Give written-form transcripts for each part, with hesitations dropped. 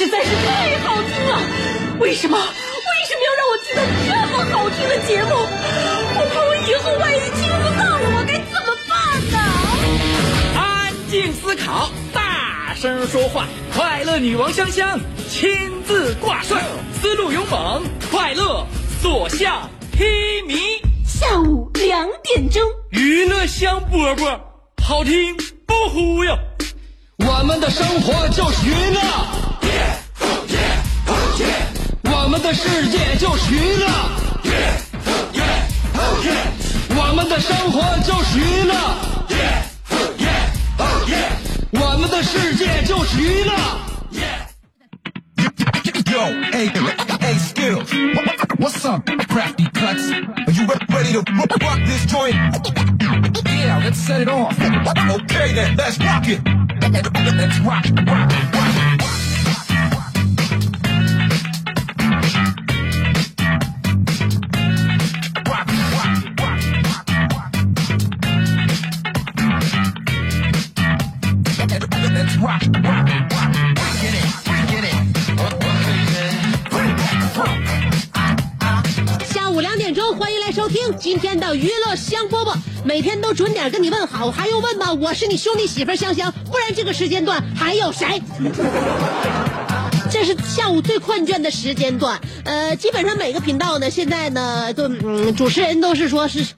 实在是太好听了。为什么要让我听到这么好听的节目？我怕我以后万一听不到了，我该怎么办呢？ 安静思考，大声说话，快乐女王香香亲自挂帅，思路勇猛，快乐所向披靡。 下午2点钟， 娱乐香饽饽，好听不忽悠。 我们的生活就是娱乐，我们的世界就是娱乐，我们的生活就是娱乐，我们的世界就是娱乐。 Yo, hey, Skills, what's up, crafty cuts? Are you ready to rock this joint? Yeah, let's set it off. Okay then, let's rock it. Let's rock. Let's rock. 下午2点钟，欢迎来收听今天的娱乐香饽饽，每天都准点跟你问好，还用问吗？我是你兄弟媳妇香香，不然这个时间段还有谁？这是下午最困倦的时间段，基本上每个频道呢，现在呢都主持人都是说是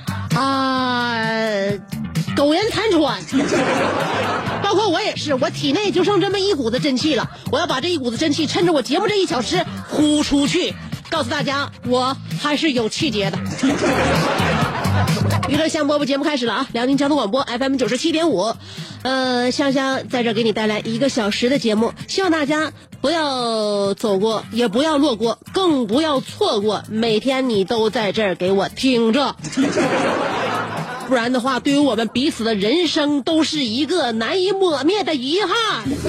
苟延残喘，包括我也是，我体内就剩这么一股子真气了，我要把这一股子真气趁着我节目这1小时呼出去，告诉大家我还是有气节的。娱乐香饽饽节目开始了啊！辽宁交通广播 FM 97.5，香香在这给你带来1个小时的节目，希望大家不要走过，也不要落过，更不要错过，每天你都在这儿给我听着。不然的话，对于我们彼此的人生都是一个难以抹灭的遗憾。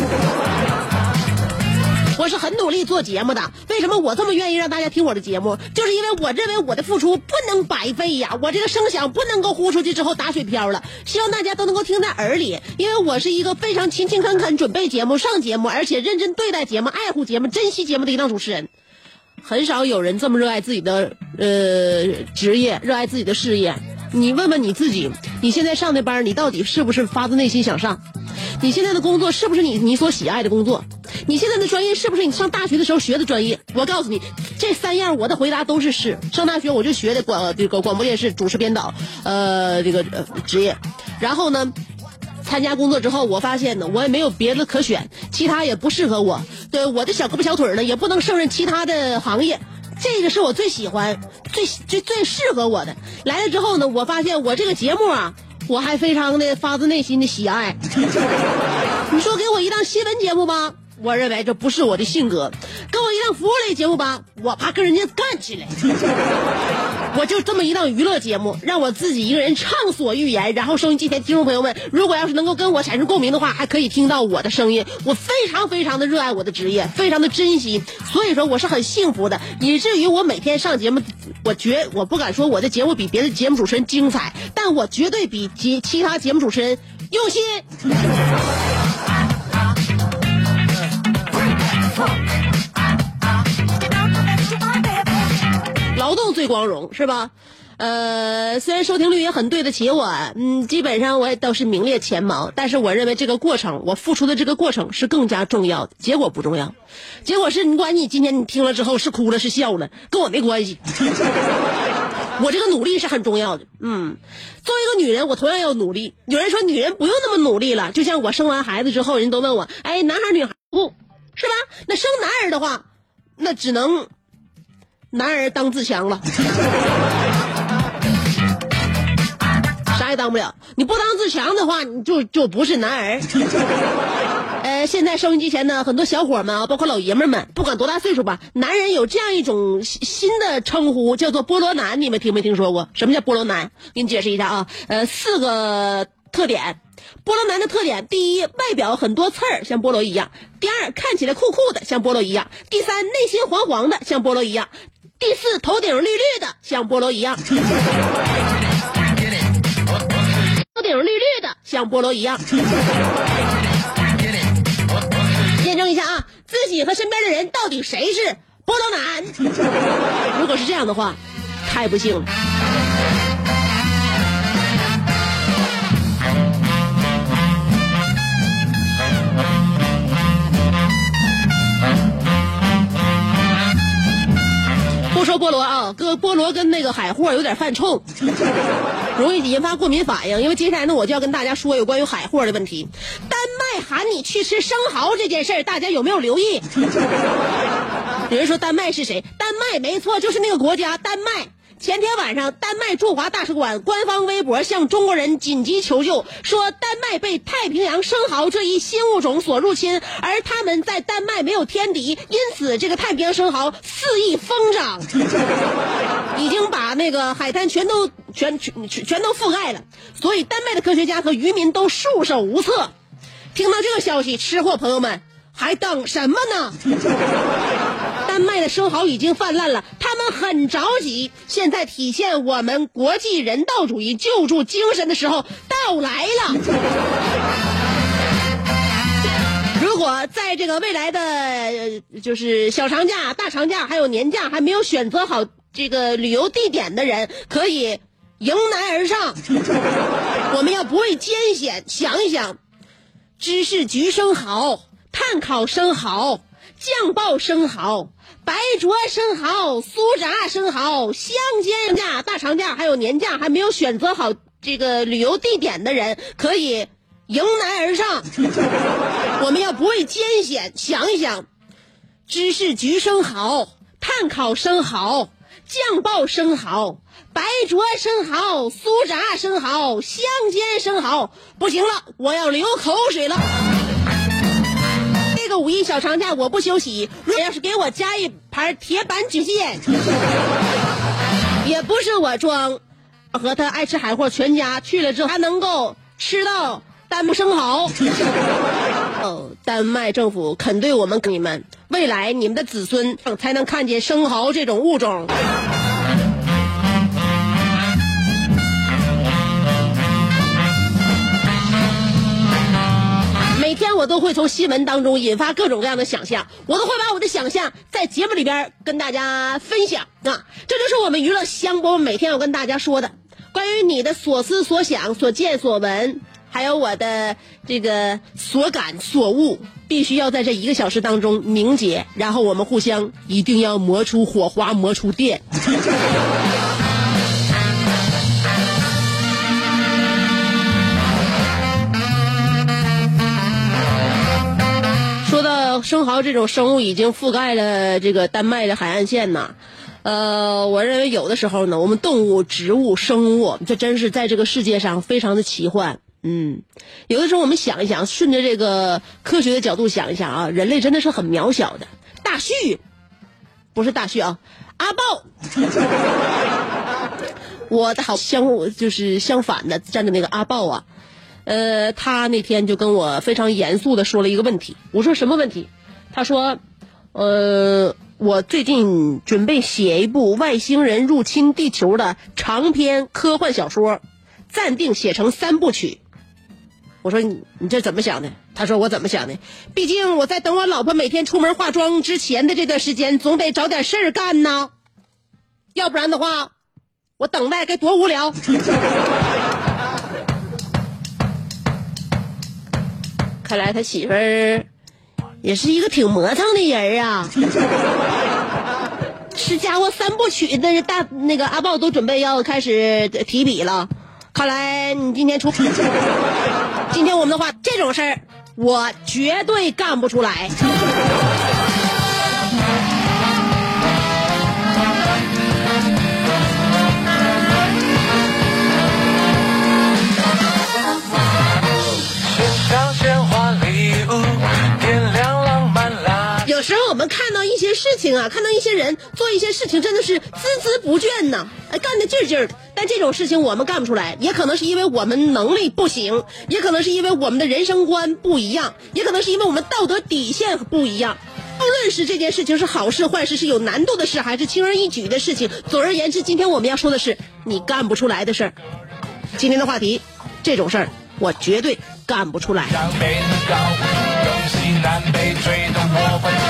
我是很努力做节目的，为什么我这么愿意让大家听我的节目？就是因为我认为我的付出不能白费呀，我这个声响不能够呼出去之后打水漂了，希望大家都能够听在耳里，因为我是一个非常勤勤恳恳准备节目、上节目，而且认真对待节目、爱护节目、珍惜节目的一档主持人。很少有人这么热爱自己的职业，热爱自己的事业。你问问你自己，你现在上的班，你到底是不是发自内心想上？你现在的工作是不是你所喜爱的工作？你现在的专业是不是你上大学的时候学的专业？我告诉你，这3样我的回答都是是。上大学我就学的广播电视主持编导职业，然后呢参加工作之后，我发现呢，我也没有别的可选，其他也不适合我。对，我的小胳膊小腿呢，也不能胜任其他的行业。这个是我最喜欢、最适合我的。来了之后呢，我发现我这个节目啊，我还非常的发自内心的喜爱。你说给我一档新闻节目吧，我认为这不是我的性格；给我一档服务类节目吧，我怕跟人家干起来。我就这么一档娱乐节目，让我自己一个人畅所欲言，然后收音机前听众朋友们，如果要是能够跟我产生共鸣的话，还可以听到我的声音。我非常非常的热爱我的职业，非常的珍惜，所以说我是很幸福的，以至于我每天上节目，我不敢说我的节目比别的节目主持人精彩，但我绝对比其他节目主持人用心。劳动最光荣是吧？虽然收听率也很对得起我，基本上我也都是名列前茅，但是我认为这个过程，我付出的这个过程是更加重要的，结果不重要。结果是你管你今天你听了之后是哭了是笑了，跟我没关系。我这个努力是很重要的。作为一个女人，我同样要努力。有人说女人不用那么努力了，就像我生完孩子之后，人都问我，哎，男孩女孩不是吧？那生男儿的话，那只能男儿当自强了。啥也当不了，你不当自强的话，你就不是男儿。现在收音机前呢，很多小伙们啊，包括老爷们们，不管多大岁数吧，男人有这样一种新的称呼，叫做菠萝男，你们听没听说过？什么叫菠萝男？给你解释一下啊，4个特点。菠萝男的特点：第一，外表很多刺儿，像菠萝一样；第二，看起来酷酷的，像菠萝一样；第三，内心黄黄的，像菠萝一样；第四，头顶绿绿的，像菠萝一样。头顶绿绿的，像菠萝一样。验证一下啊， 自己和身边的人到底谁是波多男？如果是这样的话，太不幸了。不说菠萝啊，菠萝跟那个海货有点犯冲，容易引发过敏反应。因为接下来呢，我就要跟大家说有关于海货的问题。丹麦喊你去吃生蚝这件事儿，大家有没有留意？有人说丹麦是谁？丹麦没错，就是那个国家丹麦。前天晚上，丹麦驻华大使馆官方微博向中国人紧急求救，说丹麦被太平洋生蚝这一新物种所入侵，而他们在丹麦没有天敌，因此这个太平洋生蚝肆意疯长，已经把那个海滩全都覆盖了，所以丹麦的科学家和渔民都束手无策。听到这个消息，吃货朋友们还等什么呢？丹麦的生蚝已经泛滥了，他们很着急。现在体现我们国际人道主义救助精神的时候到来了。如果在这个未来的就是小长假、大长假还有年假还没有选择好这个旅游地点的人，可以迎难而上。我们要不畏艰险，想一想，芝士焗生蚝、炭烤生蚝、酱爆生蚝、白灼生蚝、酥炸生蚝、香煎假、大长假还有年假还没有选择好这个旅游地点的人，可以迎难而上。我们要不畏艰险，想一想，芝士焗生蚝、炭烤生蚝、酱爆生蚝、白灼生蚝、酥炸生蚝、香煎生蚝。不行了，我要流口水了。这个五一小长假我不休息，如果要是给我加一盘铁板曲线，也不是我装。和他爱吃海货全家去了之后，还能够吃到丹麦生蚝。丹麦政府肯对我们你们，未来你们的子孙才能看见生蚝这种物种。每天我都会从新闻当中引发各种各样的想象，我都会把我的想象在节目里边跟大家分享啊！这就是我们娱乐香饽每天要跟大家说的关于你的所思所想、所见所闻，还有我的这个所感所悟，必须要在这1个小时当中凝结，然后我们互相一定要磨出火花，磨出电。说到生蚝这种生物已经覆盖了这个丹麦的海岸线呐，我认为有的时候呢，我们动物、植物、生物，这真是在这个世界上非常的奇幻。有的时候我们想一想，顺着这个科学的角度想一想啊，人类真的是很渺小的。大旭，不是大旭啊，阿豹。我的好就是相反的站着那个阿豹啊。他那天就跟我非常严肃的说了一个问题。我说什么问题？他说我最近准备写一部外星人入侵地球的长篇科幻小说，暂定写成3部曲。我说你这怎么想的？他说我怎么想的？毕竟我在等我老婆每天出门化妆之前的这段时间，总得找点事儿干呢，要不然的话我等待该多无聊。看来他媳妇儿也是一个挺磨蹭的人啊。是家伙3部曲的那个阿豹都准备要开始提笔了。看来你今天今天我们的话，这种事儿我绝对干不出来。有时候我们看到一些事情啊，看到一些人做一些事情，真的是孜孜不倦呐，干得劲儿的。但这种事情我们干不出来，也可能是因为我们能力不行，也可能是因为我们的人生观不一样，也可能是因为我们道德底线不一样。不论是这件事情是好事坏事，是有难度的事还是轻而易举的事情，总而言之，今天我们要说的是你干不出来的事儿。今天的话题，这种事儿我绝对干不出来。 南北追动我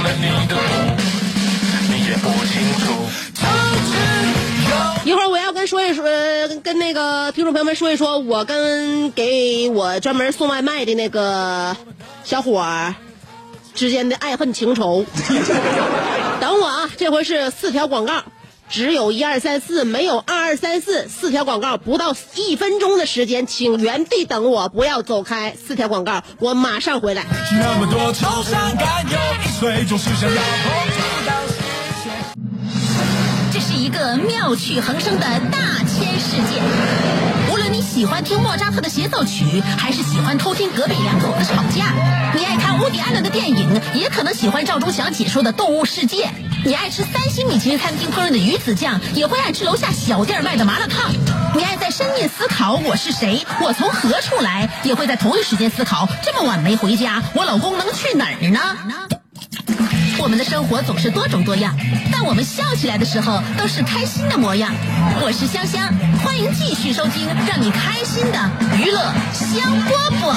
了你的路，你也不清楚。 一会儿我要跟那个听众朋友们说一说，我给我专门送外卖的那个小伙儿之间的爱恨情仇。等我啊，这回是4条广告，只有1、2、3、4，没有2、2、3、4，4条广告，不到1分钟的时间，请原地等我，不要走开。4条广告，我马上回来。 那么多愁善感有一岁，总是想要碰触到实现。 这是一个妙趣横生的大千世界，无论你喜欢听莫扎特的协奏曲，还是喜欢偷听隔壁两口子吵架，你爱看乌迪·艾伦的电影，也可能喜欢赵忠祥解说的《动物世界》，你爱吃3星米其林餐厅烹饪的鱼子酱，也会爱吃楼下小店卖的麻辣烫。你爱在深夜思考我是谁，我从何处来，也会在同一时间思考这么晚没回家，我老公能去哪儿呢？我们的生活总是多种多样，但我们笑起来的时候都是开心的模样。我是香香，欢迎继续收听让你开心的娱乐香饽饽。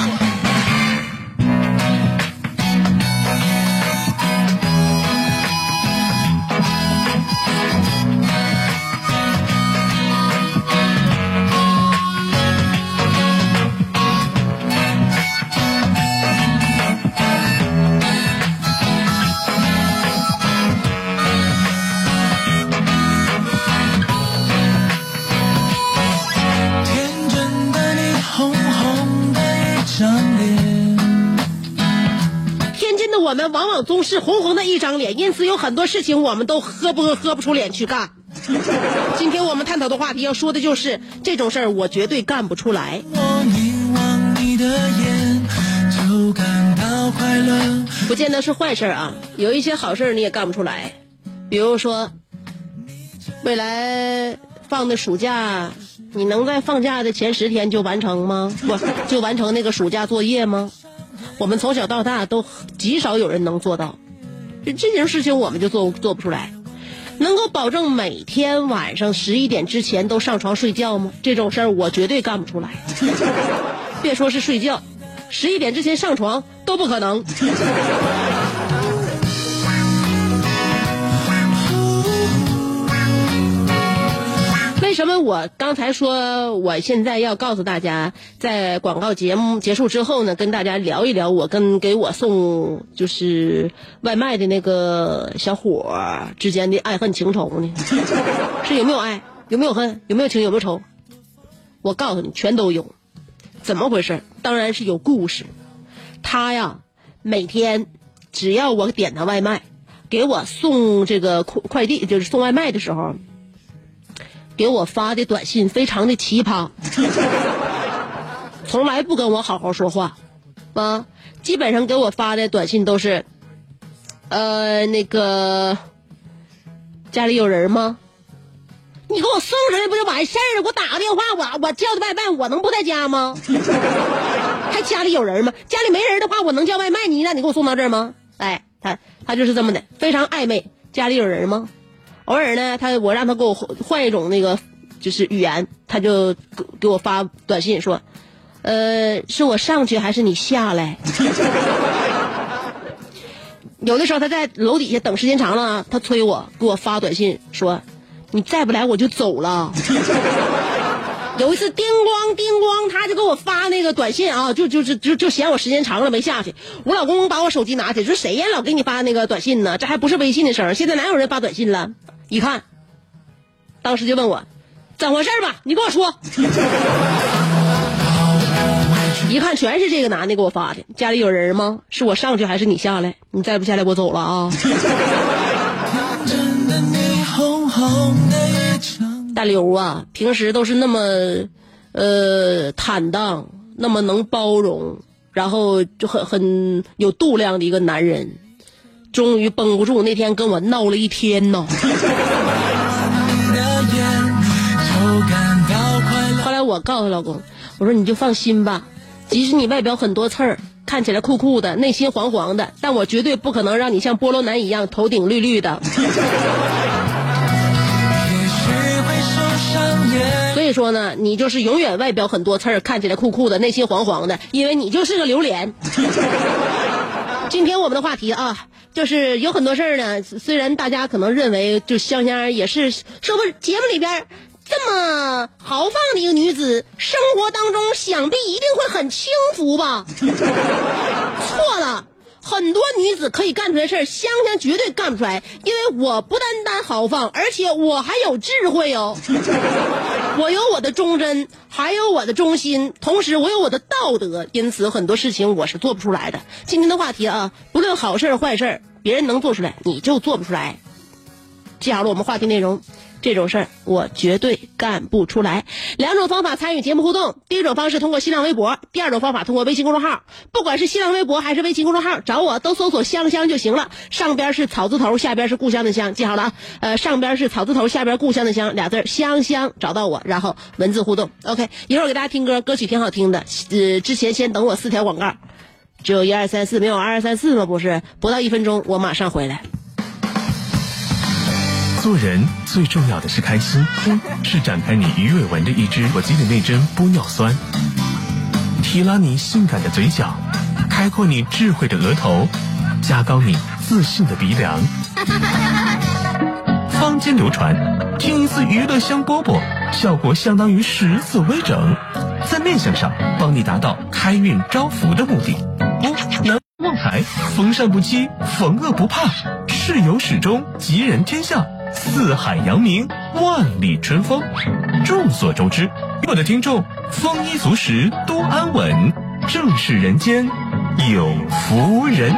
我们往往总是红红的一张脸，因此有很多事情我们都喝不出脸去干。今天我们探讨的话题要说的就是这种事儿，我绝对干不出来。不见得是坏事啊，有一些好事你也干不出来。比如说，未来放的暑假，你能在放假的前10天就完成吗？不，就完成那个暑假作业吗？我们从小到大都极少有人能做到，这件事情我们就做不出来。能够保证每天晚上11点之前都上床睡觉吗？这种事儿我绝对干不出来。别说是睡觉，11点之前上床都不可能。为什么我刚才说我现在要告诉大家，在广告节目结束之后呢，跟大家聊一聊我给我送就是外卖的那个小伙之间的爱恨情仇呢？是有没有爱，有没有恨，有没有情，有没有仇？我告诉你，全都有。怎么回事？当然是有故事。他呀，每天只要我点他外卖，给我送这个快递，就是送外卖的时候，给我发的短信非常的奇葩，从来不跟我好好说话啊，基本上给我发的短信都是那个家里有人吗？你给我送上来不就完事儿了？给我打个电话，我叫的外卖，我能不在家吗？还家里有人吗？家里没人的话，我能叫外卖，你让你给我送到这儿吗？哎，他就是这么的，非常暧昧。家里有人吗？偶尔呢，我让他给我换一种那个就是语言，他就给我发短信说，是我上去还是你下来？有的时候他在楼底下等时间长了，他催我，给我发短信说，你再不来我就走了。有一次叮咣，他就给我发那个短信啊，就嫌我时间长了没下去。我老公把我手机拿起，说谁呀老给你发那个短信呢？这还不是微信的声，现在哪有人发短信了？一看，当时就问我怎么回事吧，你跟我说。一看全是这个男的给我发的，家里有人吗？是我上去还是你下来？你再不下来我走了啊。大刘啊，平时都是那么坦荡，那么能包容，然后就很有度量的一个男人，终于绷不住，那天跟我闹了一天呢。后来我告诉老公，我说你就放心吧，即使你外表很多刺儿，看起来酷酷的，内心黄黄的，但我绝对不可能让你像菠萝男一样头顶绿绿的。所以说呢，你就是永远外表很多刺儿，看起来酷酷的，内心黄黄的，因为你就是个榴莲。 今天我们的话题啊，就是有很多事儿呢，虽然大家可能认为就香香也是说不节目里边这么豪放的一个女子，生活当中想必一定会很轻浮吧？错了。很多女子可以干出来的事儿，香香绝对干不出来，因为我不单豪放，而且我还有智慧哦。我有我的忠贞，还有我的忠心，同时我有我的道德，因此很多事情我是做不出来的。今天的话题啊，不论好事坏事，别人能做出来，你就做不出来。记好了我们话题内容，这种事儿我绝对干不出来。2种方法参与节目互动，第一种方式通过新浪微博，第二种方法通过微信公众号。不管是新浪微博还是微信公众号，找我都搜索香香就行了，上边是草字头，下边是故乡的乡，记好了上边是草字头，下边故乡的乡，俩字香香，找到我，然后文字互动。 OK， 一会儿给大家听歌，歌曲挺好听的，之前先等我4条广告，只有1、2、3、4，没有2、2、3、4吗？不是，不到1分钟我马上回来。 做人最重要的是开心，是展开你鱼尾纹的一支我记的那针玻尿酸，提拉你性感的嘴角，开阔你智慧的额头，加高你自信的鼻梁。坊间流传，听一次娱乐香饽饽，效果相当于10次微整，在面相上帮你达到开运招福的目的。难旺财，逢善不欺，逢恶不怕，事有始终，吉人天下，四海扬名，万里春风。众所周知，我的听众丰衣足食，多安稳，正是人间有福人。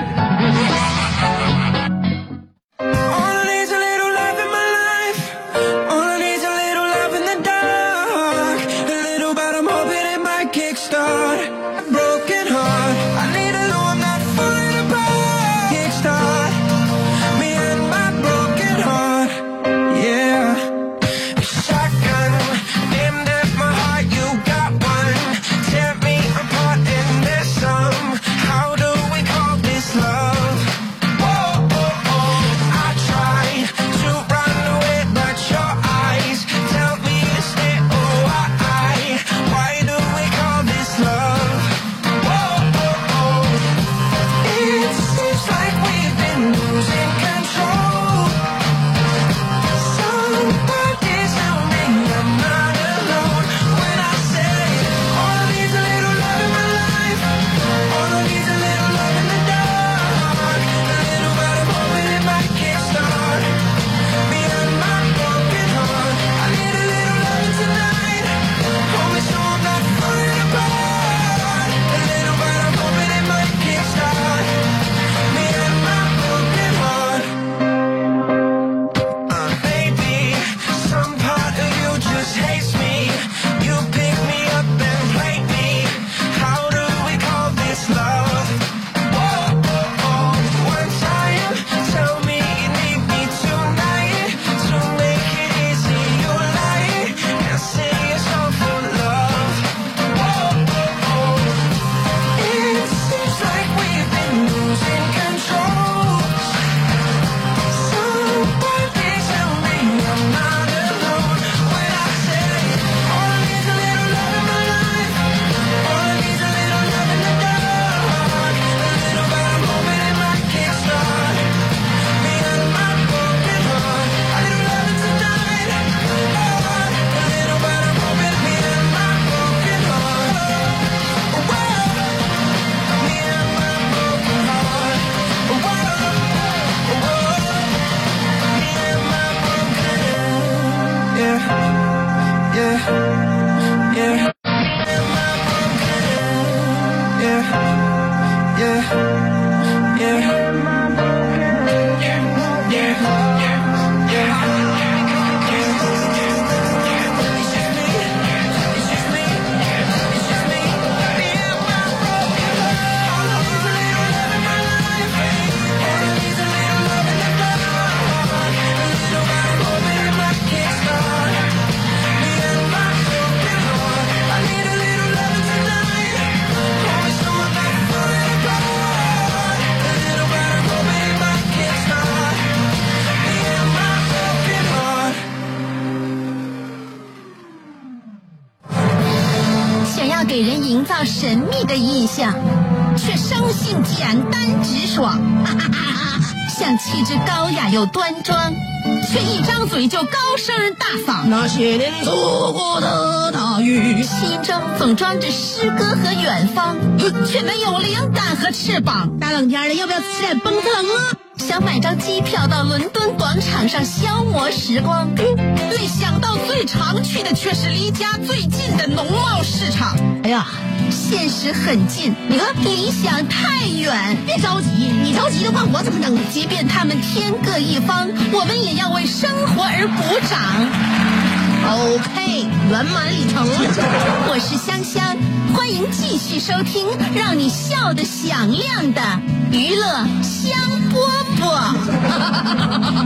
给人营造神秘的印象， 却生性简单直爽，像气质高雅又端庄，却一张嘴就高声大嗓。 那些年错过的大雨， 心中总装着诗歌和远方，却没有灵感和翅膀。 大冷天的，要不要吃点蹦腾啊？ 想买张机票到伦敦广场上消磨时光，没想到最常去的却是离家最近的农贸市场。 哎呀， 现实很近，你看理想太远。 别着急，你着急的话我怎么能？ 即便他们天各一方，我们也要为生活而鼓掌。 OK， 圆满礼成。 我是香香，欢迎继续收听让你笑得响亮的娱乐香饽饽。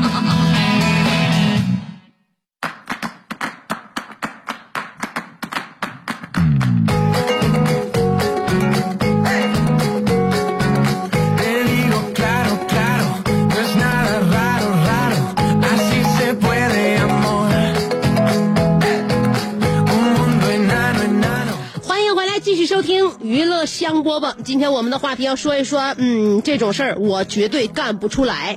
娱乐香饽饽，今天我们的话题要说一说，这种事儿我绝对干不出来。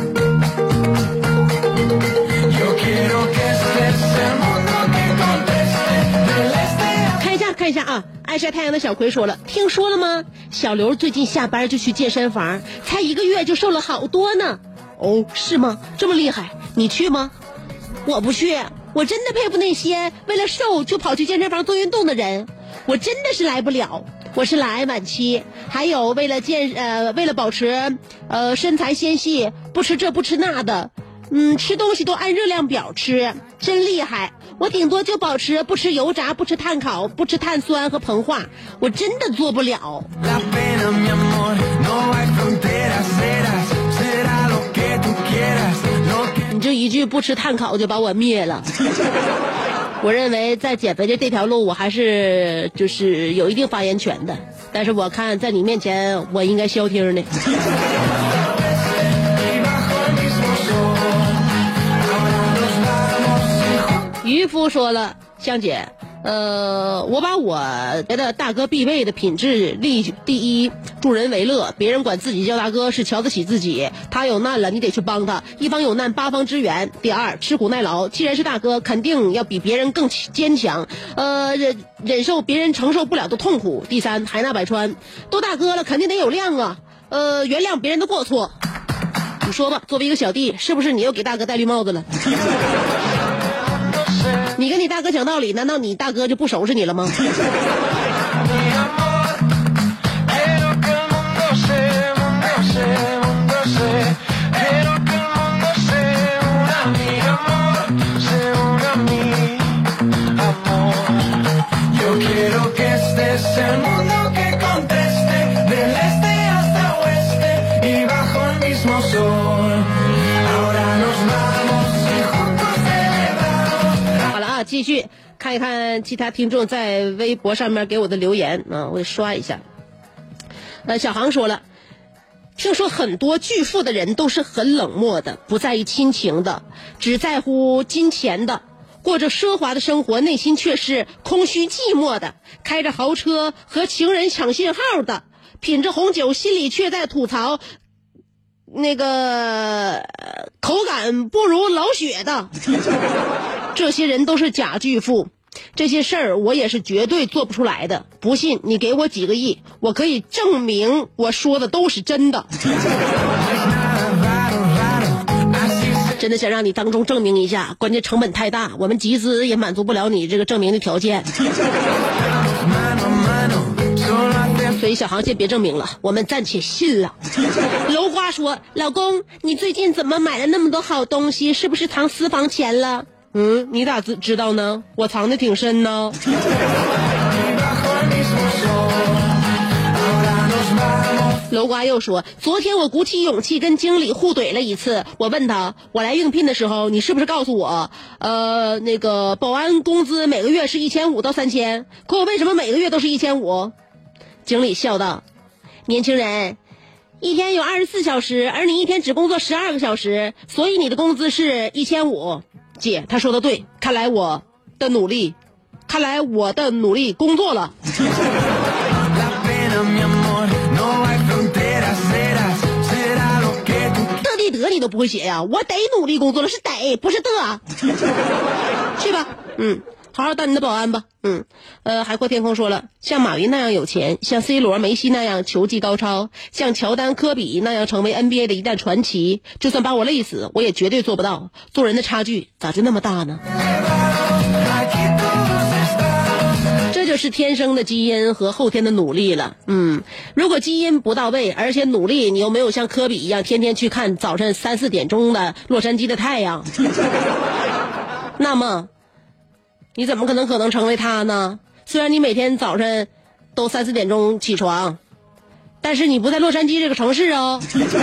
看一下啊，爱晒太阳的小葵说了，听说了吗？小刘最近下班就去健身房，才1个月就瘦了好多呢。哦，是吗？这么厉害？你去吗？我不去，我真的佩服那些为了瘦就跑去健身房做运动的人。我真的是来不了，我是懒癌晚期，还有为了保持身材纤细，不吃这不吃那的，吃东西都按热量表吃，真厉害。我顶多就保持不吃油炸，不吃碳烤，不吃碳酸和膨化，我真的做不了。你这一句不吃碳烤就把我灭了。我认为在减肥这条路我还是就是有一定发言权的，但是我看在你面前我应该消停的。渔夫说了，香姐，我把我觉得大哥必备的品质立第一，助人为乐，别人管自己叫大哥是瞧得起自己，他有难了你得去帮他，一方有难八方支援。第二，吃苦耐劳，既然是大哥肯定要比别人更坚强，忍受别人承受不了的痛苦。第三，海纳百川，都大哥了肯定得有量啊，原谅别人的过错。你说吧，作为一个小弟，是不是你又给大哥戴绿帽子了？你跟你大哥讲道理，难道你大哥就不收拾你了吗？继续看一看其他听众在微博上面给我的留言啊，我得刷一下。小航说了，听说很多巨富的人都是很冷漠的，不在意亲情的，只在乎金钱的，过着奢华的生活，内心却是空虚寂寞的，开着豪车和情人抢信号的，品着红酒心里却在吐槽那个口感不如老雪的。这些人都是假巨富，这些事儿我也是绝对做不出来的。不信你给我几个亿，我可以证明我说的都是真的。真的想让你当众证明一下，关键成本太大，我们集资也满足不了你这个证明的条件。所以小航先别证明了，我们暂且信了。楼花说，老公你最近怎么买了那么多好东西，是不是藏私房钱了？你咋知道呢？我藏的挺深呢。楼瓜又说，昨天我鼓起勇气跟经理互怼了一次，我问他，我来应聘的时候你是不是告诉我那个保安工资每个月是1500到3000，可我为什么每个月都是1500？经理笑道，年轻人，一天有24小时，而你一天只工作12个小时，所以你的工资是1500。姐，他说的对，看来我的努力工作了。 都不会写呀？我得努力工作了，是得不是的，去吧。好好当你的保安吧。海阔天空说了，像马云那样有钱，像 C 罗梅西那样球技高超，像乔丹科比那样成为 NBA 的一代传奇，就算把我累死，我也绝对做不到。做人的差距咋就那么大呢？这就是天生的基因和后天的努力了。如果基因不到位，而且努力，你又没有像科比一样天天去看早晨3、4点钟的洛杉矶的太阳，那么你怎么可能成为他呢？虽然你每天早晨都3、4点钟起床，但是你不在洛杉矶这个城市哦。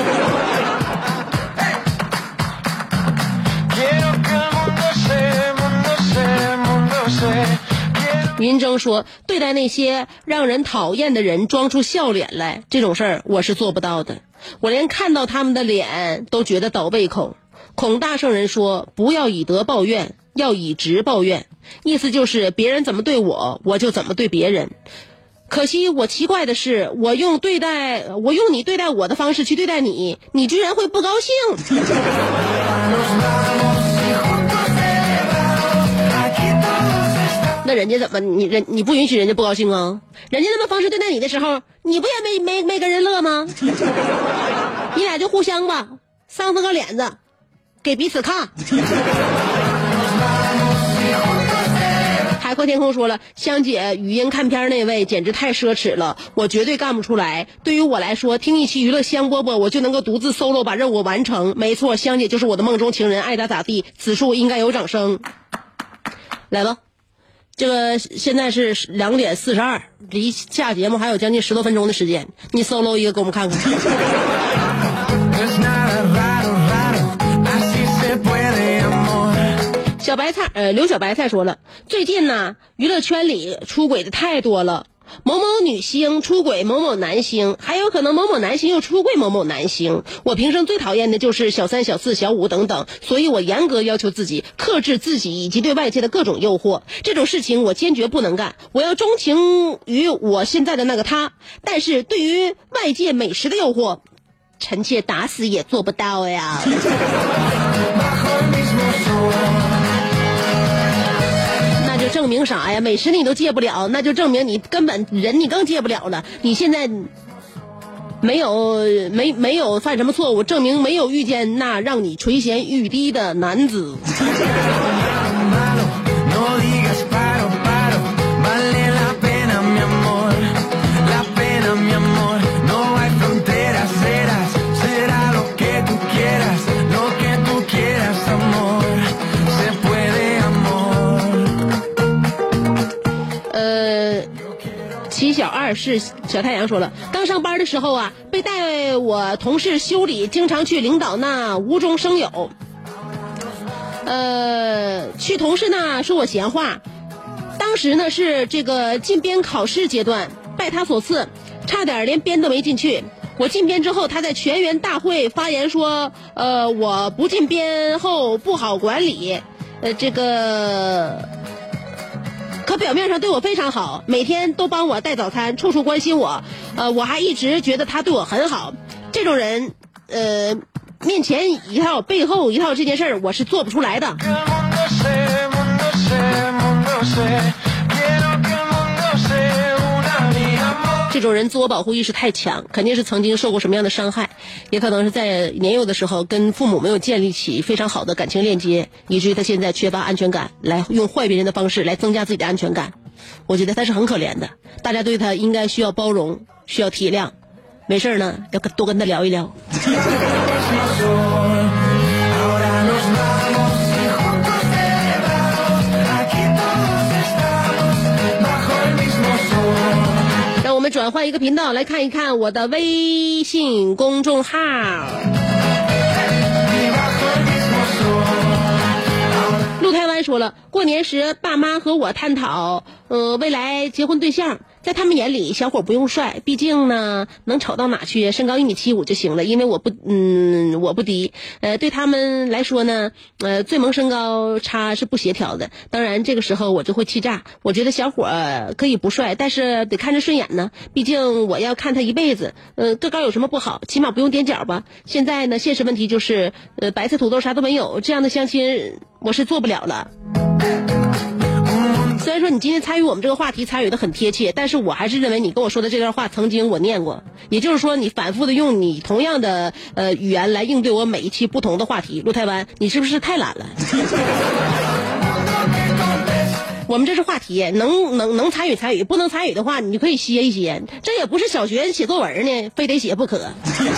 云峥说，对待那些让人讨厌的人装出笑脸来，这种事儿我是做不到的，我连看到他们的脸都觉得倒胃口。孔大圣人说，不要以德报怨，要以直报怨，意思就是别人怎么对我，我就怎么对别人。可惜我奇怪的是，我用你对待我的方式去对待你，你居然会不高兴。那人家怎么你不允许人家不高兴啊？人家那么方式对待你的时候，你不也没跟人乐吗？你俩就互相吧，扇个脸子给彼此看。海阔天空说了，香姐语音看片那位简直太奢侈了，我绝对干不出来。对于我来说，听一期娱乐香饽饽，我就能够独自 solo 把任务完成。没错，香姐就是我的梦中情人，爱咋咋地，此处应该有掌声。来吧，这个现在是2点42，离下节目还有将近10多分钟的时间，你 solo 一个给我们看看。小白菜，刘小白菜说了，最近呢，娱乐圈里出轨的太多了，某某女星出轨某某男星，还有可能某某男星又出轨某某男星。我平生最讨厌的就是小3、小4、小5等等，所以我严格要求自己，克制自己以及对外界的各种诱惑。这种事情我坚决不能干，我要钟情于我现在的那个他。但是对于外界美食的诱惑，臣妾打死也做不到呀。证明啥呀？美食你都戒不了，那就证明你根本人你更戒不了了。你现在没有犯什么错误，证明没有遇见那让你垂涎欲滴的男子。齐小二是小太阳说了，刚上班的时候啊，被带我同事修理，经常去领导那无中生有。去同事那说我闲话，当时呢是这个进编考试阶段，拜他所赐，差点连编都没进去。我进编之后，他在全员大会发言说，我不进编后不好管理，可表面上对我非常好，每天都帮我带早餐，处处关心我，我还一直觉得他对我很好。这种人，面前一套背后一套，这件事儿我是做不出来的。这种人自我保护意识太强，肯定是曾经受过什么样的伤害，也可能是在年幼的时候跟父母没有建立起非常好的感情链接，以至于他现在缺乏安全感，来用坏别人的方式来增加自己的安全感。我觉得他是很可怜的，大家对他应该需要包容，需要体谅，没事呢要多跟他聊一聊。我们转换一个频道来看一看我的微信公众号。陆台湾说了，过年时爸妈和我探讨未来结婚对象， 在他们眼里，小伙不用帅，毕竟呢，能丑到哪去？身高1.75米就行了，因为我不低。对他们来说呢，最萌身高差是不协调的。当然，这个时候我就会气炸。我觉得小伙可以不帅，但是得看着顺眼呢。毕竟我要看他一辈子。个高有什么不好？起码不用踮脚吧。现在呢，现实问题就是，白菜土豆啥都没有，这样的相亲我是做不了了。虽然说你今天参与我们这个话题参与的很贴切，但是我还是认为你跟我说的这段话曾经我念过，也就是说你反复的用你同样的语言来应对我每一期不同的话题。陆台湾，你是不是太懒了？我们这是话题，能参与参与，不能参与的话你就可以歇一歇，这也不是小学写作文呢，非得写不可。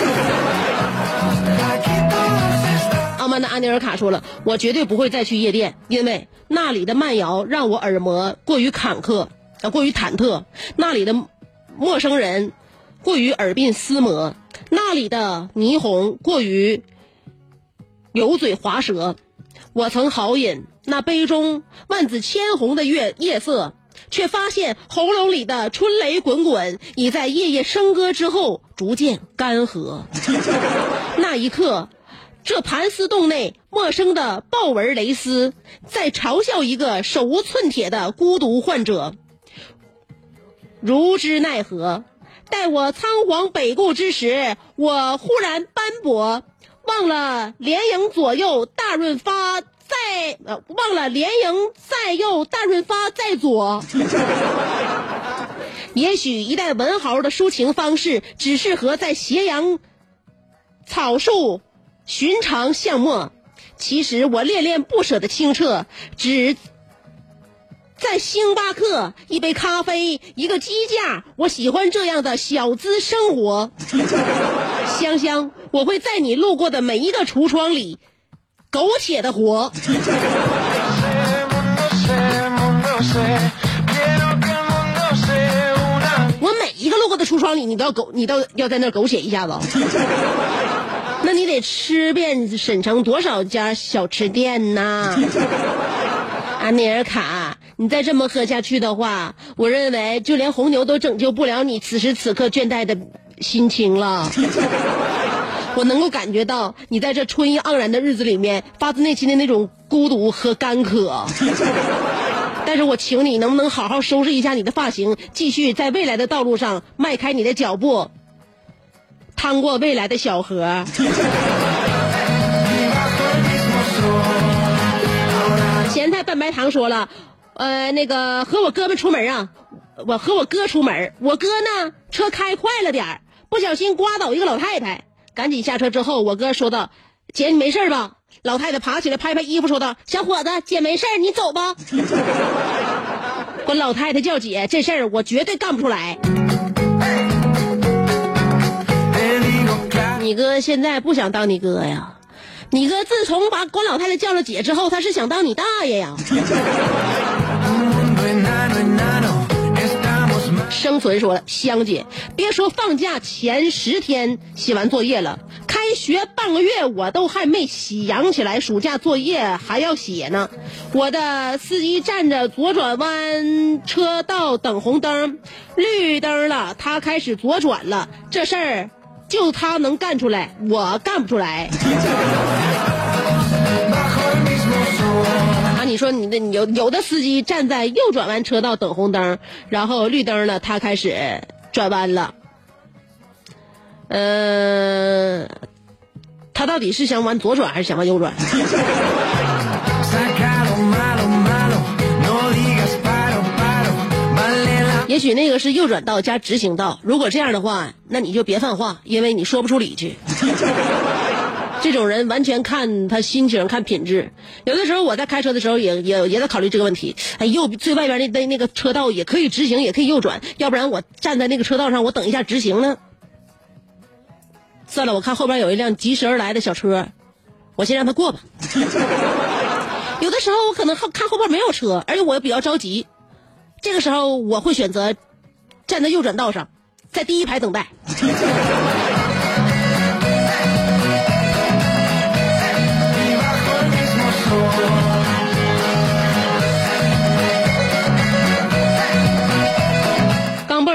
傲慢的安尼尔卡说了，我绝对不会再去夜店，因为那里的慢摇让我耳膜过于坎坷，过于忐忑，那里的陌生人过于耳鬓厮磨，那里的霓虹过于油嘴滑舌。我曾豪饮那杯中万紫千红的夜色，却发现喉咙里的春雷滚滚，已在夜夜笙歌之后逐渐干涸。那一刻，这盘丝洞内陌生的豹纹蕾丝在嘲笑一个手无寸铁的孤独患者。如之奈何，待我仓皇北顾之时，我忽然斑驳，忘了连营左右大润发忘了连营在右大润发在左。也许一代文豪的抒情方式只适合在斜阳草树寻常巷陌，其实我恋恋不舍的清澈只在星巴克一杯咖啡一个鸡架，我喜欢这样的小资生活。香香，我会在你路过的每一个橱窗里苟且的活。我每一个路过的橱窗里你都要在那苟且一下子。那你得吃遍省城多少家小吃店呢？安尼尔卡，你再这么喝下去的话，我认为就连红牛都拯救不了你此时此刻倦怠的心情了。我能够感觉到你在这春意盎然的日子里面发自内心的那种孤独和干渴。但是我请你能不能好好收拾一下你的发型，继续在未来的道路上迈开你的脚步，趟过未来的小河。咸菜拌白糖说了，那个和我哥们出门啊，我和我哥出门，我哥呢车开快了点，不小心刮倒一个老太太，赶紧下车之后，我哥说道：“姐，你没事吧？”老太太爬起来拍拍衣服说道：“小伙子，姐没事，你走吧。”管老太太叫姐，这事儿我绝对干不出来。你哥现在不想当你哥呀？你哥自从把管老太太叫了姐之后，他是想当你大爷呀。生存说了，香姐，别说放假前10天写完作业了，开学半个月我都还没喜扬起来，暑假作业还要写呢。我的司机站着左转弯车道等红灯，绿灯了，他开始左转了，这事儿就他能干出来，我干不出来。你说你的有的司机站在右转弯车道等红灯，然后绿灯了，他开始转弯了。他到底是想往左转还是想往右转？也许那个是右转道加直行道，如果这样的话，那你就别犯话，因为你说不出理去。这种人完全看他心情看品质，有的时候我在开车的时候也在考虑这个问题。哎，最外边那个车道也可以直行也可以右转，要不然我站在那个车道上我等一下直行呢。算了，我看后边有一辆疾驰而来的小车，我先让他过吧。有的时候我可能看后边没有车，而且我比较着急，这个时候我会选择站在右转道上，在第一排等待。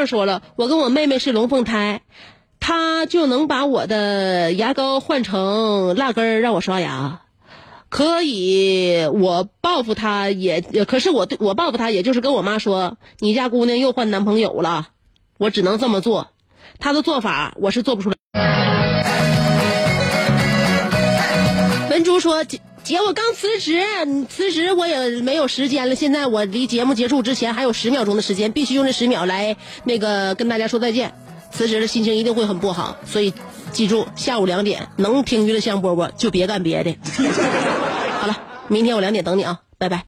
说了，我跟我妹妹是龙凤胎，她就能把我的牙膏换成蜡根儿让我刷牙。可以，我报复她可是我报复她，也就是跟我妈说，你家姑娘又换男朋友了，我只能这么做。她的做法我是做不出来。文竹说，姐，我刚辞职我也没有时间了，现在我离节目结束之前还有10秒钟的时间，必须用这10秒来跟大家说再见。辞职的心情一定会很不好，所以记住，下午2点能听娱乐香饽饽就别干别的。好了，明天我2点等你啊，拜拜。